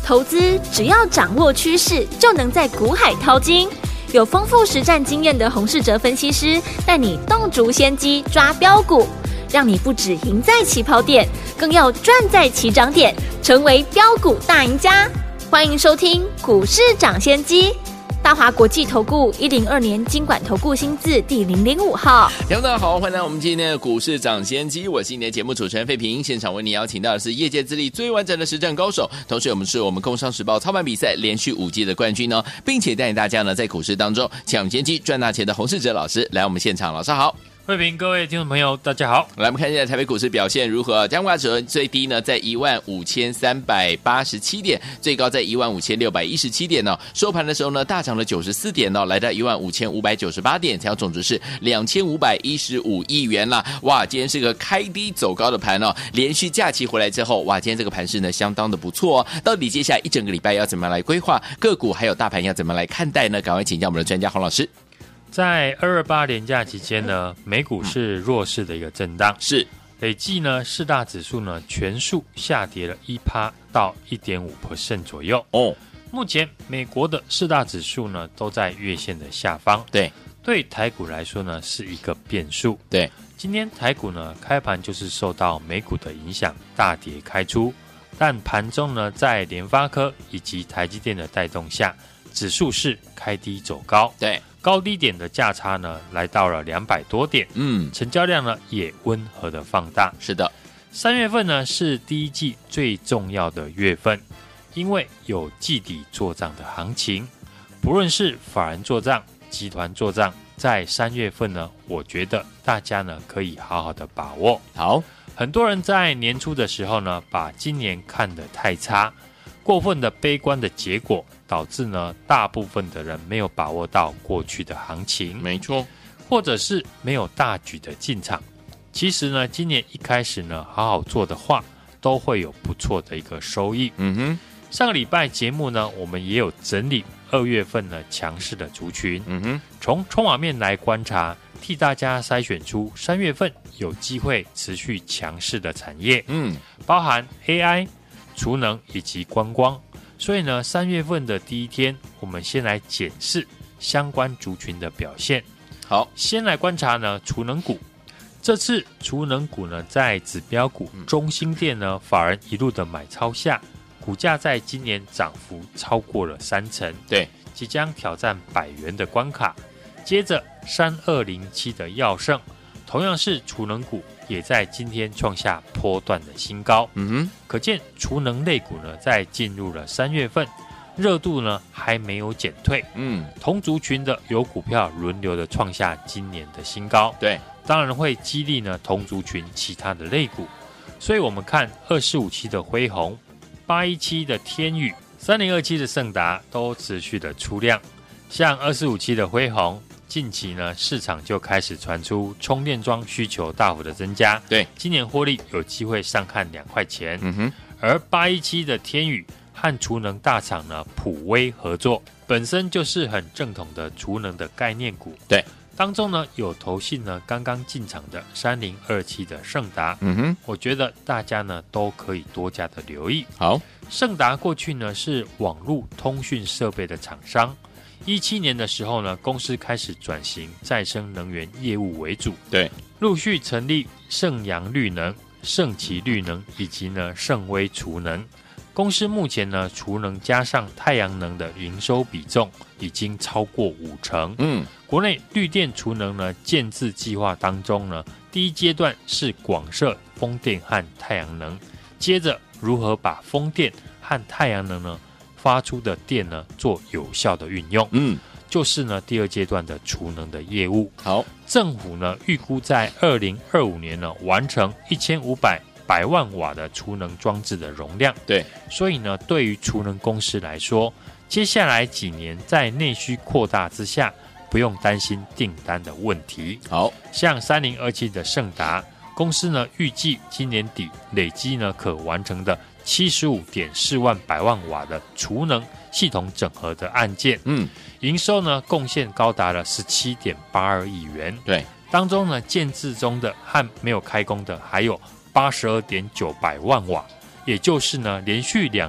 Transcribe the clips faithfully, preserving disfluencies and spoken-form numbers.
投资只要掌握趋势，就能在股海淘金。有丰富实战经验的洪士哲分析师带你洞烛先机抓标股，让你不只赢在起跑点，更要赚在起涨点，成为标股大赢家。欢迎收听股市涨先机，大华国际投顾一零二年金管投顾新字第零零五号。 听众大家好，欢迎来到我们今天的股市涨先机，我是你的节目主持人费平。现场为你邀请到的是业界资历最完整的实战高手，同时我们是我们工商时报操盘比赛连续五季的冠军哦，并且带领大家呢在股市当中抢先机赚大钱的洪士哲老师来我们现场。老师好。 慧平，各位听众朋友大家好。 来我们看一下台北股市表现如何。加权指数最低呢在一万五千三百八十七点，最高在一万五千六百一十七点哦。收盘的时候呢大涨了九十四点哦，来到一万五千五百九十八点，成交总值是两千五百一十五亿元啦。哇，今天是个开低走高的盘哦，连续假期回来之后，哇，今天这个盘势呢相当的不错哦。到底接下来一整个礼拜要怎么来规划个股，还有大盘要怎么来看待呢？赶快请教我们的专家洪老师。 在二二八连假期间呢，美股是弱势的一个震荡， 是累计呢四大指数呢全数下跌了 百分之一 到 一点五 左右哦。目前美国的四大指数呢都在月线的下方， 对， 对台股来说呢是一个变数。 对， 今天台股呢开盘就是受到美股的影响大跌开出，但盘中呢在联发科以及台积电的带动下，指数是开低走高， 对， 高低点的价差呢来到了两百多点， 嗯， 成交量呢也温和的放大。 是的， 三月份呢是第一季最重要的月份，因为有季底作账的行情，不论是法人作账、集团作账，在三月份呢，我觉得大家呢可以好好的把握。 好， 很多人在年初的时候呢，把今年看得太差，过分的悲观的结果，导致呢大部分的人没有把握到过去的行情， 没错， 或者是没有大举的进场。其实呢，今年一开始呢，好好做的话，都会有不错的一个收益。 嗯哼， 上个礼拜节目呢，我们也有整理二月份呢强势的族群， 嗯哼， 从筹码面来观察，替大家筛选出三月份有机会持续强势的产业， 嗯， 包含 A I、储能以及观光。所以呢，三月份的第一天，我们先来检视相关族群的表现。 好， 先来观察呢储能股。这次储能股呢，在指标股中兴电呢，法人一路的买超下，股价在今年涨幅超过了三成， 对， 即将挑战百元的关卡。接着三二零七的耀盛，同样是储能股，也在今天创下波段的新高。 嗯哼， 可见储能类股呢，在进入了三月份，热度呢还没有减退。 嗯， 同族群的有股票轮流的创下今年的新高， 对， 当然会激励呢同族群其他的类股。所以我们看二四五七的辉宏、八一七的天宇、三零二七的盛达都持续的出量。像二四五七的辉宏，近期呢市场就开始传出充电桩需求大幅的增加， 对， 今年获利有机会上看两块钱。 嗯哼， 而八一七的天宇和储能大厂呢普威合作，本身就是很正统的储能的概念股， 对， 当中呢有投信呢刚刚进场的三零二七的盛达， 嗯哼， 我觉得大家呢都可以多加的留意。 好， 盛达过去呢是网络通讯设备的厂商，一七年的时候呢，公司开始转型再生能源业务为主， 对， 陆续成立盛阳绿能、盛奇绿能以及呢盛威储能。公司目前呢，储能加上太阳能的营收比重已经超过五成。 嗯， 国内绿电储能呢建制计划当中呢，第一阶段是广设风电和太阳能，接着如何把风电和太阳能呢发出的电呢做有效的运用， 嗯， 就是呢第二阶段的储能的业务。 好， 政府呢预估在二零二五年呢完成一千五百百万瓦的储能装置的容量。 对， 所以呢，对于储能公司来说，接下来几年在内需扩大之下，不用担心订单的问题。 好， 像三零二七的盛达公司呢，预计今年底累积呢可完成的七十五点四万百万瓦的储能系统整合的案件， 嗯， 营收呢贡献高达了十七点八二亿元。 对， 当中呢建制中的和没有开工的还有八十二点九百万瓦，也就是呢连续两年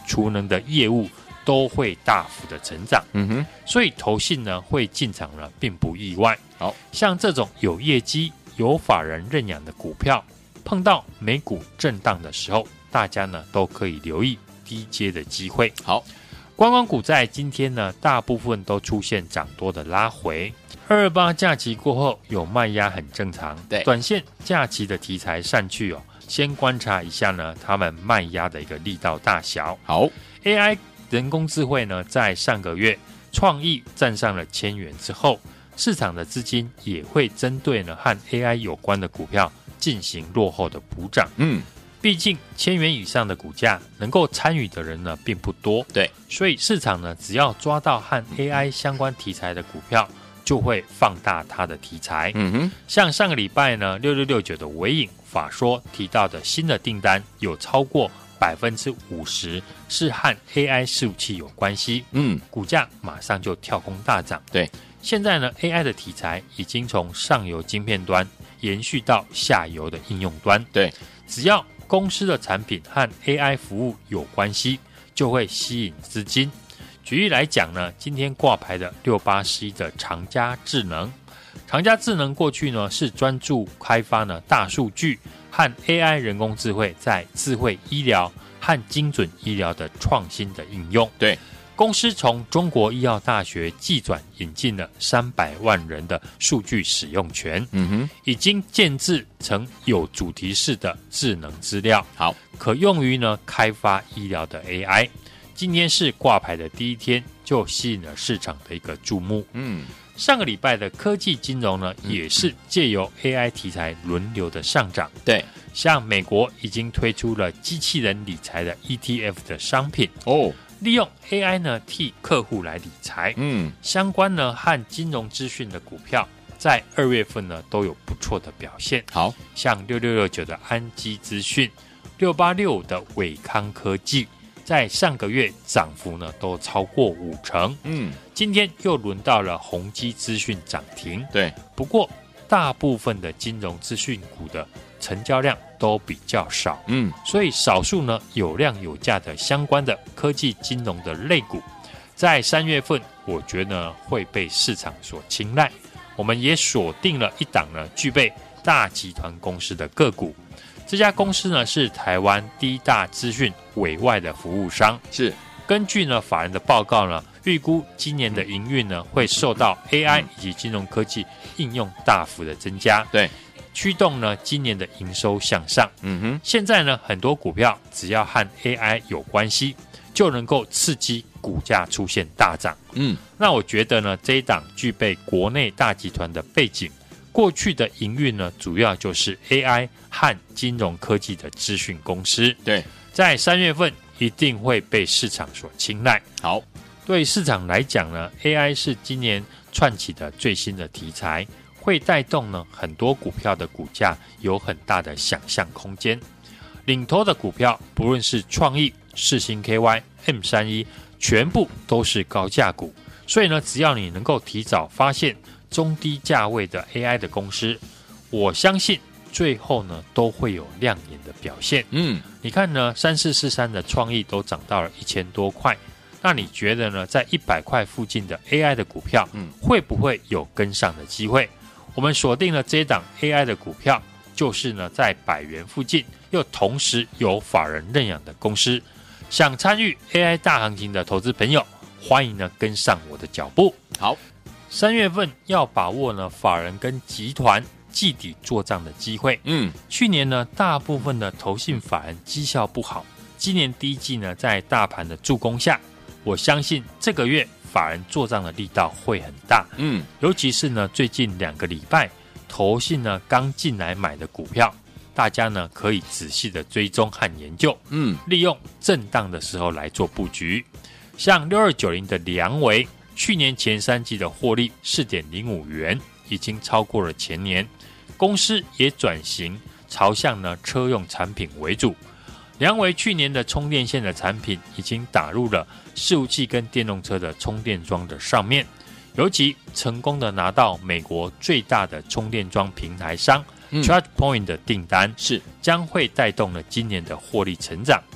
储能的业务都会大幅的成长。 嗯哼， 所以投信呢会进场呢，并不意外。 好， 像这种有业绩、有法人认养的股票，碰到美股震荡的时候，大家呢都可以留意低阶的机会。 好， 观光股在今天呢，大部分都出现涨多的拉回。二二八假期过后有卖压很正常， 对， 短线假期的题材上去哦，先观察一下呢，他们卖压的一个力道大小。 好 ，A I 人工智慧呢，在上个月创意站上了千元之后，市场的资金也会针对呢和 A I 有关的股票进行落后的补涨。 嗯， 毕竟千元以上的股价能够参与的人呢并不多， 对， 所以市场呢只要抓到和 A I 相关题材的股票，就会放大它的题材。 嗯哼， 像上个礼拜呢六六六九的微影法说提到的新的订单有超过百分之五十是和 A I 伺服器有关系， 嗯， 股价马上就跳空大涨。 对， 现在呢 A I 的题材已经从上游晶片端延续到下游的应用端。 对， 只要公司的产品和 A I 服务有关系，就会吸引资金。举例来讲呢，今天挂牌的六八十一的长嘉智能，长嘉智能过去呢是专注开发呢大数据和 A I 人工智慧在智慧医疗和精准医疗的创新的应用。 对， 公司从中国医药大学技转引进了三百万人的数据使用权， 嗯哼， 已经建制成有主题式的智能资料， 好， 可用于呢开发医疗的 A I。今天是挂牌的第一天，就吸引了市场的一个注目。 嗯， 上个礼拜的科技金融呢， 嗯、 也是借由 A I 题材轮流的上涨。 对， 像美国已经推出了机器人理财的 E T F 的商品哦， 利用 A I 呢替客户来理财。 嗯， 相关呢和金融资讯的股票，在二月份呢都有不错的表现。 好， 像六六六九的安基资讯，六八六五的伟康科技。在上个月涨幅呢都超过五成， 嗯， 今天又轮到了宏基资讯涨停， 对， 不过大部分的金融资讯股的成交量都比较少， 嗯， 所以少数呢有量有价的相关的科技金融的类股，在三月份我觉得呢会被市场所青睐，我们也锁定了一档呢具备大集团公司的个股。这家公司呢是台湾第一大资讯委外的服务商， 是根据呢法人的报告呢，预估今年的营运呢会受到 A I 以及金融科技应用大幅的增加， 对， 驱动呢今年的营收向上。 嗯哼， 现在呢很多股票只要和 A I 有关系，就能够刺激股价出现大涨。 嗯， 那我觉得呢这一档具备国内大集团的背景。过去的营运呢，主要就是 A I 和金融科技的资讯公司。 对， 在三月份一定会被市场所青睐。 好， 对市场来讲呢 ，A I 是今年串起的最新的题材，会带动呢很多股票的股价有很大的想象空间。领头的股票，不论是创意、世芯 K Y、M 三一，全部都是高价股。所以呢，只要你能够提早发现中低价位的 A I 的公司，我相信最后呢都会有亮眼的表现。 嗯， 你看呢，三四四三的创意都涨到了一千多块，那你觉得呢，在一百块附近的 A I 的股票，嗯，会不会有跟上的机会？我们锁定了这一档 A I 的股票，就是呢在百元附近，又同时有法人认养的公司。想参与 A I 大行情的投资朋友，欢迎呢跟上我的脚步。 好。 三月份要把握呢法人跟集团季底做账的机会。嗯，去年呢大部分的投信法人绩效不好，今年第一季呢在大盘的助攻下，我相信这个月法人做账的力道会很大。嗯，尤其是呢最近两个礼拜投信呢刚进来买的股票，大家呢可以仔细的追踪和研究。嗯，利用震荡的时候来做布局，像六二九零的良微。去年前三季的获利 四点零五元，已经超过了前年。公司也转型朝向呢车用产品为主。良微去年的充电线的产品已经打入了伺服器跟电动车的充电桩的上面，尤其成功的拿到美国最大的充电桩平台商、嗯、ChargePoint 的订单，是将会带动了今年的获利成长。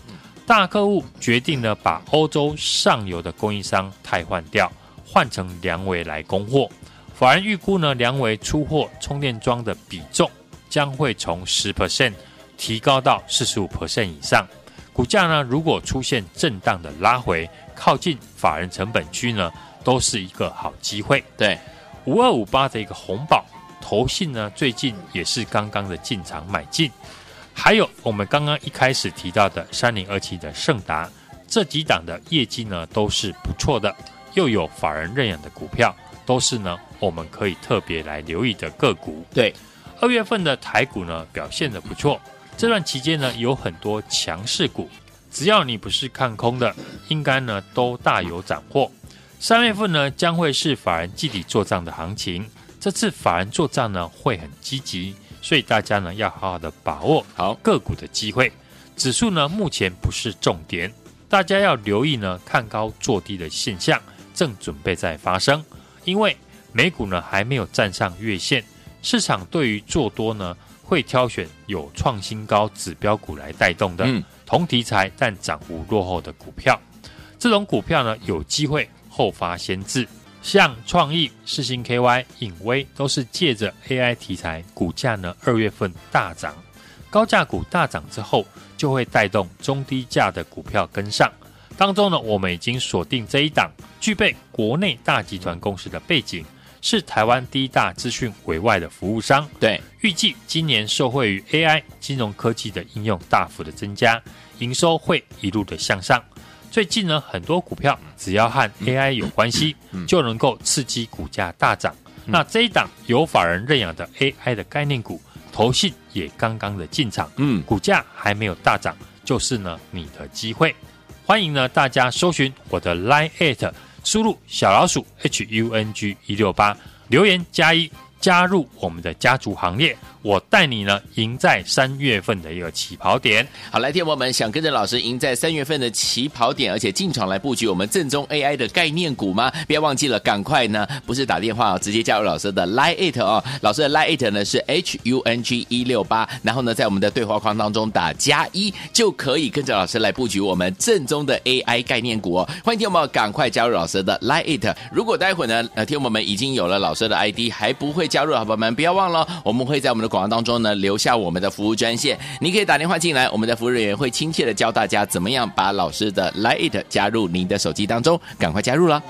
大客户决定呢把欧洲上游的供应商汰换掉，换成良微来供货。法人预估呢，良微出货充电桩的比重将会从 百分之十 提高到 百分之四十五 以上。股价呢，如果出现震荡的拉回，靠近法人成本区呢，都是一个好机会。 对， 五二五八的一个红宝，投信呢最近也是刚刚的进场买进。还有我们刚刚一开始提到的三零二七的盛达，这几档的业绩呢都是不错的，又有法人认养的股票，都是呢我们可以特别来留意的个股。 对， 二月份的台股呢表现得不错，这段期间呢有很多强势股，只要你不是看空的，应该呢都大有斩获。三月份呢将会是法人季底作账的行情，这次法人作账呢会很积极，所以大家呢要好好的把握好个股的机会。指数呢目前不是重点，大家要留意呢看高做低的现象正准备在发生，因为美股呢还没有站上月线，市场对于做多呢会挑选有创新高指标股来带动的、嗯、同题材但涨幅落后的股票，这种股票呢有机会后发先至，像创意、世芯 K Y、影威都是借着 A I 题材，股价呢二月份大涨，高价股大涨之后，就会带动中低价的股票跟上。当中呢，我们已经锁定这一档，具备国内大集团公司的背景，是台湾第一大资讯委外的服务商。 对， 预计今年受惠于 A I 金融科技的应用大幅的增加，营收会一路的向上。最近呢，很多股票只要和 A I 有关系，就能够刺激股价大涨。那这一档有法人认养的 A I 的概念股，投信也刚刚的进场，嗯，股价还没有大涨，就是呢你的机会。欢迎呢大家搜寻我的 Line at 输入小老鼠 H U N G 一六八，留言加一，加入我们的家族行列，我带你呢赢在三月份的一个起跑点。 好，来，听众朋友们，想跟着老师赢在三月份的起跑点，而且进场来布局我们正宗 A I 的概念股吗？不要忘记了，赶快呢，不是打电话哦，直接加入老师的 Line it 哦。老师的 Line it 呢是 H U N G 一六八，然后呢，在我们的对话框当中打加一，就可以跟着老师来布局我们正宗的 A I 概念股哦。欢迎听众朋友赶快加入老师的 Line it。如果待会呢，呃，听众朋友们已经有了老师的 I D， 还不会加入的好朋友们，不要忘了，我们会在我们的广告当中呢留下我们的服务专线，你可以打电话进来，我们的服务人员会亲切的教大家怎么样把老师的 Line it 加入您的手机当中，赶快加入了。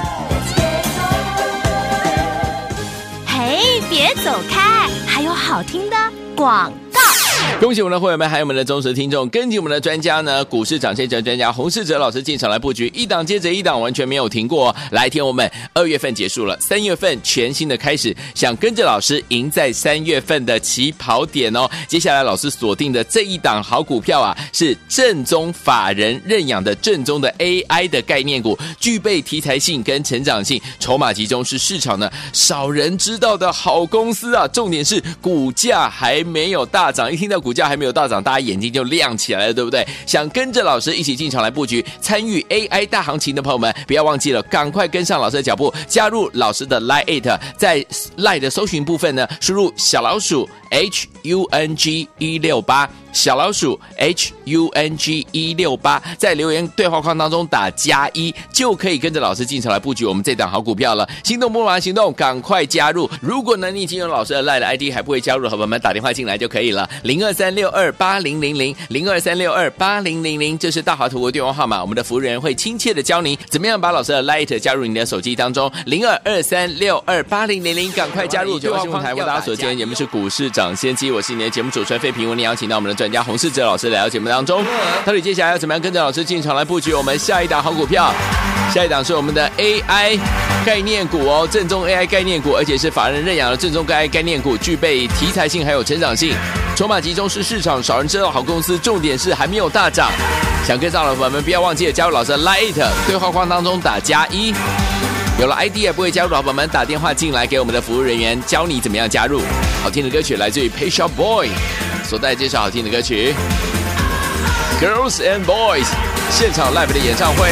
嘿，别走开，还有好听的广告。 恭喜我们的会员们，还有我们的忠实听众，跟紧我们的专家呢，股市涨先成专家洪士哲老师进场来布局，一档接着一档，完全没有停过、哦。来听我们二月份结束了，三月份全新的开始，想跟着老师赢在三月份的起跑点哦。接下来老师锁定的这一档好股票啊，是正宗法人认养的正宗的 A I 的概念股，具备题材性跟成长性，筹码集中，是市场呢少人知道的好公司啊。重点是股价还没有大涨，一听到股价还没有大涨，大家眼睛就亮起来了，对不对？想跟着老师一起进场来布局，参与 A I 大行情的朋友们，不要忘记了，赶快跟上老师的脚步，加入老师的 Line it， 在 Line 的搜寻部分呢，输入小老鼠 H U N G 一六八，小老鼠 H U N G 一六八，在留言对话框当中打加一，就可以跟着老师进场来布局我们这档好股票了。心动不马上行动，赶快加入！如果呢你已经有老师的 Line 的 I D 还不会加入的好朋友们，打电话进来就可以了，零二三六二八零零零 零二三六二八零零零，这是大华图的电话号码，我们的服务人员会亲切的教您怎么样把老师的 Line 加入你的手机当中，零二二三六二八零零零，赶快加入！对话新闻台为大家所见，节目是股市涨先机，我是你的节目主持人费平，为您邀请到我们的专家洪士哲老师来到节目当中，到底接下来要怎么样跟着老师进场来布局我们下一档好股票？下一档是我们的 A I 概念股哦，正宗 A I 概念股，而且是法人认养的正宗 A I 概念股，具备题材性还有成长性，筹码集中，是市场少人知道好公司，重点是还没有大涨。想跟上的朋友们，不要忘记了加入老师的 Line it， 对话框当中打加一。有了 I D 也不会加入的好朋友们，打电话进来给我们的服务人员，教你怎么样加入。好听的歌曲来自于 Pet Shop Boys 所带介绍好听的歌曲 Girls and Boys 现场 live 的演唱会。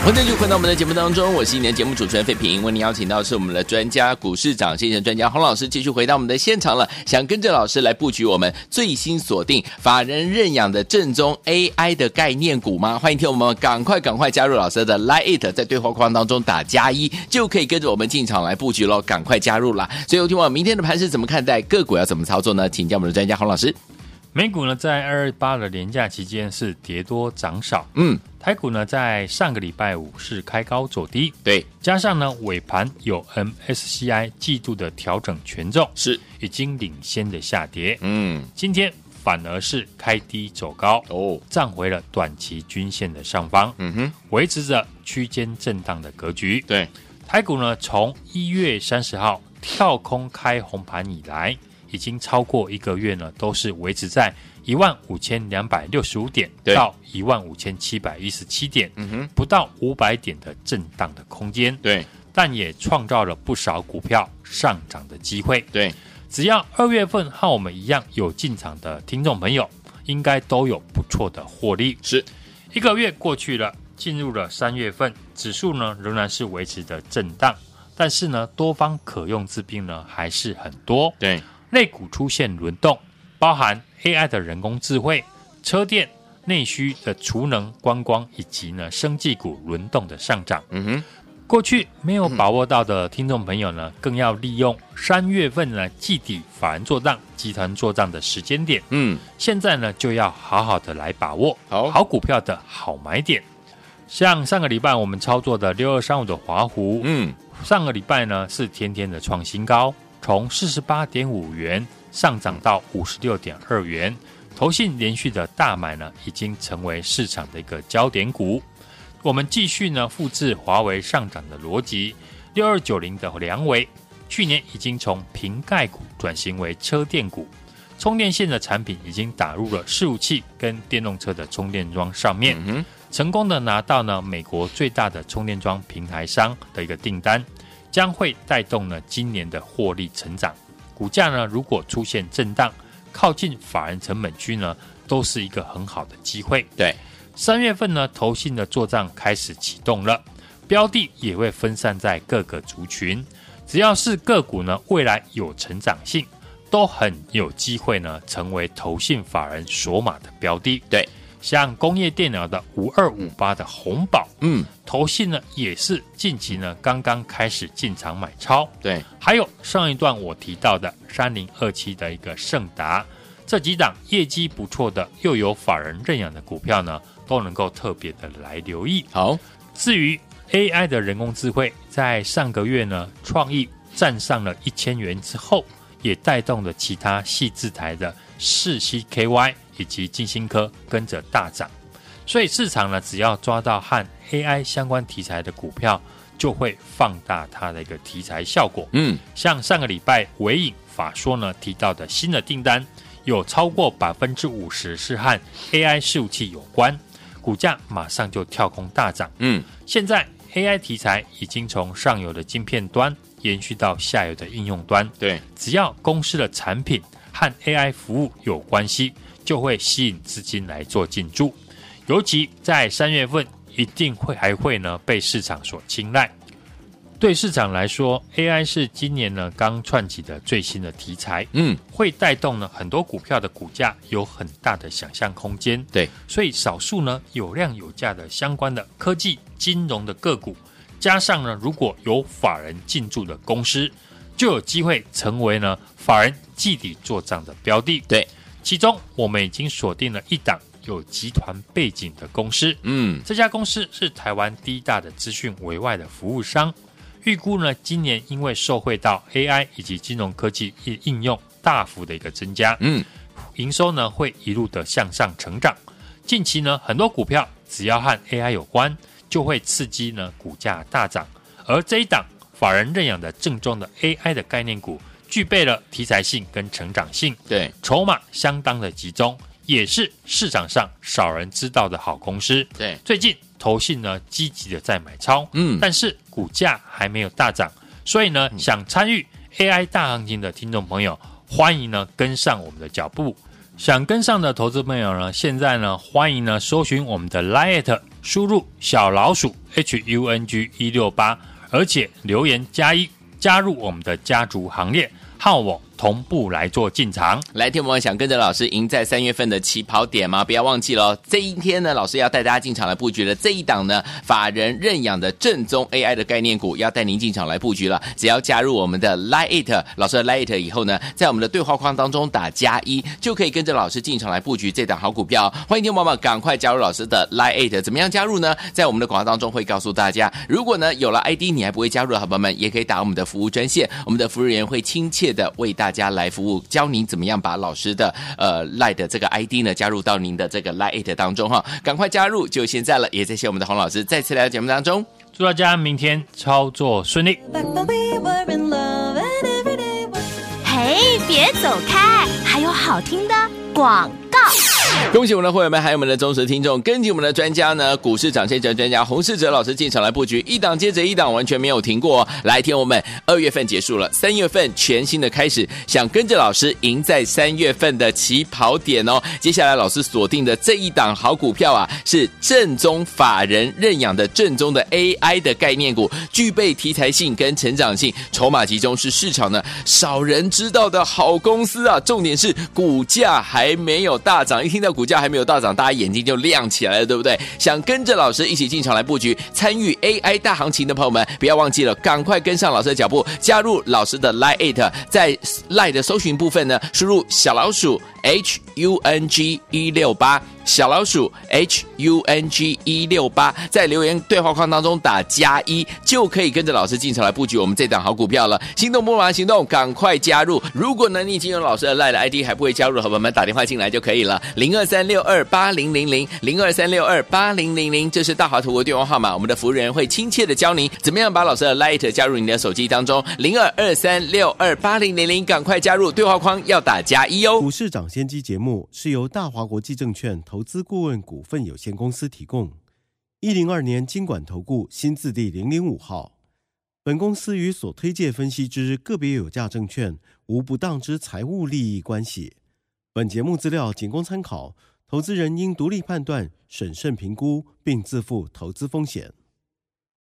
欢迎继续回到我们的节目当中，我是你的节目主持人费平，为您邀请到的是我们的专家股市长先生专家洪老师，继续回到我们的现场了。想跟着老师来布局我们最新锁定法人认养的正宗 A I 的概念股吗？欢迎听我们赶快赶快加入老师的 Line It， 在对话框当中打加一，就可以跟着我们进场来布局咯，赶快加入啦！所以有听我明天的盘势怎么看待，个股要怎么操作呢？请教我们的专家洪老师。 美股呢，在二二八的连假期间是跌多涨少， 嗯， 台股呢在上个礼拜五是开高走低， 对， 加上呢尾盘有 M S C I 季度的调整权重， 是已经领先的下跌， 嗯， 今天反而是开低走高， 哦， 站回了短期均线的上方， 嗯哼， 维持着区间震荡的格局。 对， 台股呢从一月三十号跳空开红盘以来，已经超过一个月呢，都是维持在一万五千两百六十五点到一万五千七百一十七点，嗯哼，不到五百点的震荡的空间。 对， 但也创造了不少股票上涨的机会。 对， 只要二月份和我们一样有进场的听众朋友，应该都有不错的获利。 是一个月过去了，进入了三月份，指数呢仍然是维持着震荡，但是呢，多方可用之兵呢还是很多。 对。 类股出现轮动，包含 A I 的人工智慧、车电、内需的储能、观光以及呢生技股轮动的上涨。嗯哼，过去没有把握到的听众朋友呢，更要利用三月份呢季底法人做账、集团做账的时间点。嗯，现在呢就要好好的来把握好好股票的好买点。像上个礼拜我们操作的六二三五的华湖，嗯，上个礼拜呢是天天的创新高。从 四十八点五元上涨到 五十六点二元，投信连续的大买呢，已经成为市场的一个焦点股。我们继续呢复制华为上涨的逻辑，六二九零的良微，去年已经从瓶盖股转型为车电股，充电线的产品已经打入了伺服器跟电动车的充电桩上面，嗯、成功的拿到呢美国最大的充电桩平台商的一个订单。将会带动呢今年的获利成长，股价呢如果出现震荡，靠近法人成本区呢，都是一个很好的机会。 对， 三月份呢，投信的作账开始启动了，标的也会分散在各个族群，只要是个股呢，未来有成长性，都很有机会呢，成为投信法人锁码的标的。 对。 像工业电脑的五二五八的鸿宝，嗯，投信呢也是近期呢刚刚开始进场买超， 对， 还有上一段我提到的三零二七的一个盛达，这几档业绩不错的又有法人认养的股票呢，都能够特别的来留意。 好， 至于 A I 的人工智慧，在上个月呢，创意站上了一千元之后，也带动了其他矽智台的世矽 K Y。以及金星科跟着大涨，所以市场呢，只要抓到和 A I 相关题材的股票，就会放大它的一个题材效果。嗯，像上个礼拜伟影法说呢提到的新的订单，有超过百分之五十是和 A I 伺服器有关，股价马上就跳空大涨。嗯，现在 A I 题材已经从上游的晶片端延续到下游的应用端。 对， 只要公司的产品和 A I 服务有关系，就会吸引资金来做进驻，尤其在三月份一定会还会呢被市场所青睐。对市场来说 ，A I 是今年呢刚串起的最新的题材，嗯，会带动呢很多股票的股价有很大的想象空间。 对， 所以少数呢有量有价的相关的科技、金融的个股，加上呢如果有法人进驻的公司，就有机会成为呢法人季底作账的标的。 对。 其中我们已经锁定了一档有集团背景的公司，嗯，这家公司是台湾第一大的资讯委外的服务商，预估呢今年因为受惠到 A I 以及金融科技应用大幅的一个增加，嗯，营收呢会一路的向上成长。近期呢很多股票只要和 A I 有关，就会刺激呢股价大涨，而这一档法人认养的正宗的 A I 的概念股，具备了题材性跟成长性， 对， 筹码相当的集中，也是市场上少人知道的好公司。 对， 最近投信呢积极的在买超，嗯，但是股价还没有大涨，所以呢，嗯、想参与 A I 大行情的听众朋友，欢迎呢跟上我们的脚步。 想跟上的投资朋友呢，现在呢欢迎呢搜寻我们的 LINE， 输入小老鼠 H U N G 一六八，而且留言加一，加入我们的家族行列，和我同步来做进场。 来，听我们想跟着老师赢在三月份的起跑点吗？不要忘记了，这一天呢，老师要带大家进场来布局的这一档呢，法人认养的正宗 A I 的概念股，要带您进场来布局了。只要加入我们的 LINE 老师的 LINE 以后呢，在我们的对话框当中打加一，就可以跟着老师进场来布局这档好股票。欢迎听众朋友们赶快加入老师的 LINE， 怎么样加入呢？在我们的广告当中会告诉大家。如果呢有了 I D 你还不会加入的好朋友们，也可以打我们的服务专线，我们的服务人员会亲切的为大家来服务，教您怎么样把老师的呃 LINE 的这个 I D 呢加入到您的这个 LINE 当中哈，赶快加入就现在了！也谢谢我们的洪老师再次来到节目当中， 祝大家明天操作顺利。 嘿，别走开，还有好听的广告。 恭喜我们的会员们，还有我们的忠实听众，跟紧我们的专家呢，股市涨先者专家洪士哲老师进场来布局，一档接着一档，完全没有停过、哦。来听我们二月份结束了，三月份全新的开始，想跟着老师赢在三月份的起跑点哦。接下来老师锁定的这一档好股票啊，是正宗法人认养的正宗的 A I 的概念股，具备题材性跟成长性，筹码集中，是市场呢少人知道的好公司啊。重点是股价还没有大涨，一听到股价还没有大涨，大家眼睛就亮起来了，对不对？想跟着老师一起进场来布局，参与 A I 大行情的朋友们，不要忘记了，赶快跟上老师的脚步，加入老师的 LINE， 在 LINE 的搜寻部分呢，输入小老鼠 H U N G 一六八，小老鼠 H U N G 一六八，在留言对话框当中打加一，就可以跟着老师进场来布局我们这档好股票了。心动不马上行动，赶快加入！如果呢你已经有老师的 LINE 的 I D 还不会加入的伙伴们，打电话进来就可以了，零二三六二八零零零 零二三六二八零零零，这是大华图的电话号码，我们的服务人员会亲切的教您怎么样把老师的 LINE 加入你的手机当中，零二二三六二八零零零，赶快加入，对话框要打加一哦。 股市涨先机节目是由大华国际证券投资顾问股份有限公司提供，一零二年金管投顾新字第零零五号。本公司与所推介分析之个别有价证券无不当之财务利益关系。本节目资料仅供参考，投资人应独立判断、审慎评估，并自负投资风险。